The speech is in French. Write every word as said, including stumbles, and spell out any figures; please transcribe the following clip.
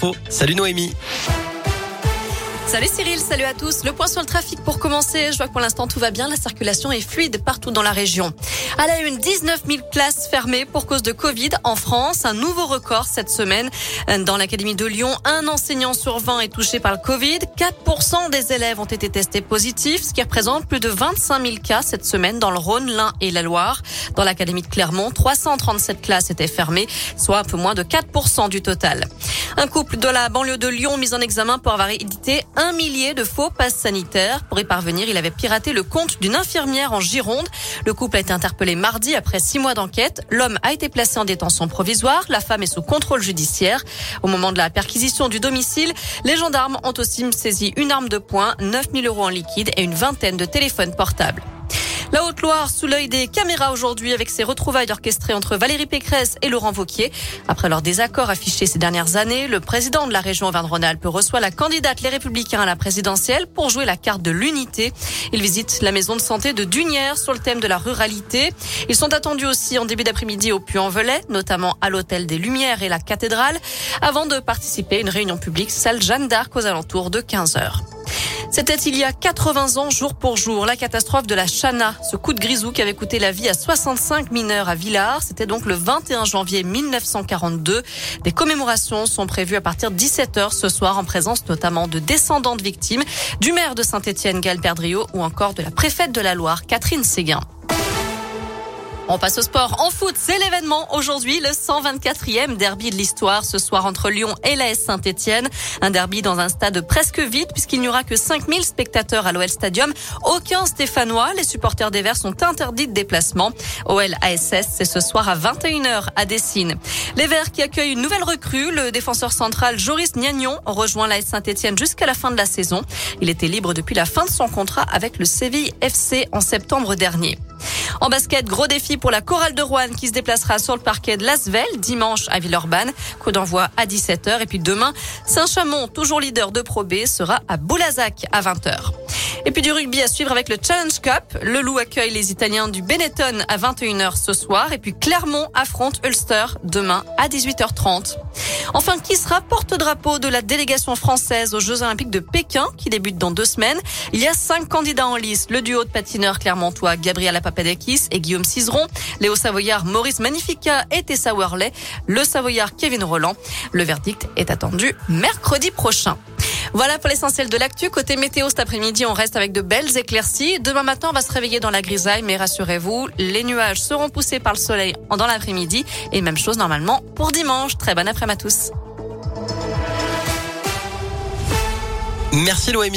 infos. Salut Noémie. Salut Cyril, salut à tous. Le point sur le trafic pour commencer. Je vois que pour l'instant tout va bien. La circulation est fluide partout dans la région. À la une, dix-neuf mille classes fermées pour cause de Covid en France. Un nouveau record cette semaine. Dans l'académie de Lyon, un enseignant sur vingt est touché par le Covid. quatre pour cent des élèves ont été testés positifs, ce qui représente plus de vingt-cinq mille cas cette semaine dans le Rhône, l'Ain et la Loire. Dans l'académie de Clermont, trois cent trente-sept classes étaient fermées, soit un peu moins de quatre pour cent du total. Un couple de la banlieue de Lyon mis en examen pour avoir édité un millier de faux passes sanitaires. Pour y parvenir, il avait piraté le compte d'une infirmière en Gironde. Le couple a été interpellé mardi après six mois d'enquête. L'homme a été placé en détention provisoire. La femme est sous contrôle judiciaire. Au moment de la perquisition du domicile, les gendarmes ont aussi saisi une arme de poing, neuf mille euros en liquide et une vingtaine de téléphones portables. La Haute-Loire sous l'œil des caméras aujourd'hui avec ses retrouvailles orchestrées entre Valérie Pécresse et Laurent Wauquiez. Après leur désaccord affiché ces dernières années, le président de la région Auvergne-Rhône-Alpes reçoit la candidate Les Républicains à la présidentielle pour jouer la carte de l'unité. Il visite la maison de santé de Dunières sur le thème de la ruralité. Ils sont attendus aussi en début d'après-midi au Puy-en-Velay, notamment à l'Hôtel des Lumières et la cathédrale, avant de participer à une réunion publique salle Jeanne d'Arc aux alentours de quinze heures. C'était il y a quatre-vingts ans, jour pour jour, la catastrophe de la Chana, ce coup de grisou qui avait coûté la vie à soixante-cinq mineurs à Villars. C'était donc le vingt et un janvier mille neuf cent quarante-deux. Des commémorations sont prévues à partir de dix-sept heures ce soir, en présence notamment de descendants de victimes, du maire de Saint-Étienne, Gaël Perdriau, ou encore de la préfète de la Loire, Catherine Séguin. On passe au sport. En foot, c'est l'événement aujourd'hui, le cent vingt-quatrième derby de l'histoire ce soir entre Lyon et l'A S Saint-Étienne. Un derby dans un stade presque vide puisqu'il n'y aura que cinq mille spectateurs à l'O L Stadium. Aucun Stéphanois. Les supporters des Verts sont interdits de déplacement. O L A S S, c'est ce soir à vingt et une heures à Dessines. Les Verts qui accueillent une nouvelle recrue, le défenseur central Joris Gnagnon rejoint l'A S Saint-Étienne jusqu'à la fin de la saison. Il était libre depuis la fin de son contrat avec le Séville F C en septembre dernier. En basket, gros défi pour la Chorale de Roanne qui se déplacera sur le parquet de l'Asvel dimanche à Villeurbanne. Coup d'envoi à dix-sept heures. Et puis demain, Saint-Chamond, toujours leader de Pro B, sera à Boulazac à vingt heures. Et puis du rugby à suivre avec le Challenge Cup. Le Loup accueille les Italiens du Benetton à vingt et une heures ce soir. Et puis Clermont affronte Ulster demain à dix-huit heures trente. Enfin, qui sera porte-drapeau de la délégation française aux Jeux Olympiques de Pékin qui débutent dans deux semaines? Il y a cinq candidats en lice. Le duo de patineurs clermontois Gabriela Papadakis et Guillaume Cizeron. Les Hauts-Savoyards Maurice Magnifica et Tessa Worley. Le Savoyard Kevin Roland. Le verdict est attendu mercredi prochain. Voilà pour l'essentiel de l'actu. Côté météo, cet après-midi, on reste avec de belles éclaircies. Demain matin, on va se réveiller dans la grisaille, mais rassurez-vous, les nuages seront poussés par le soleil dans l'après-midi. Et même chose normalement pour dimanche. Très bon après-midi à tous. Merci Noémie.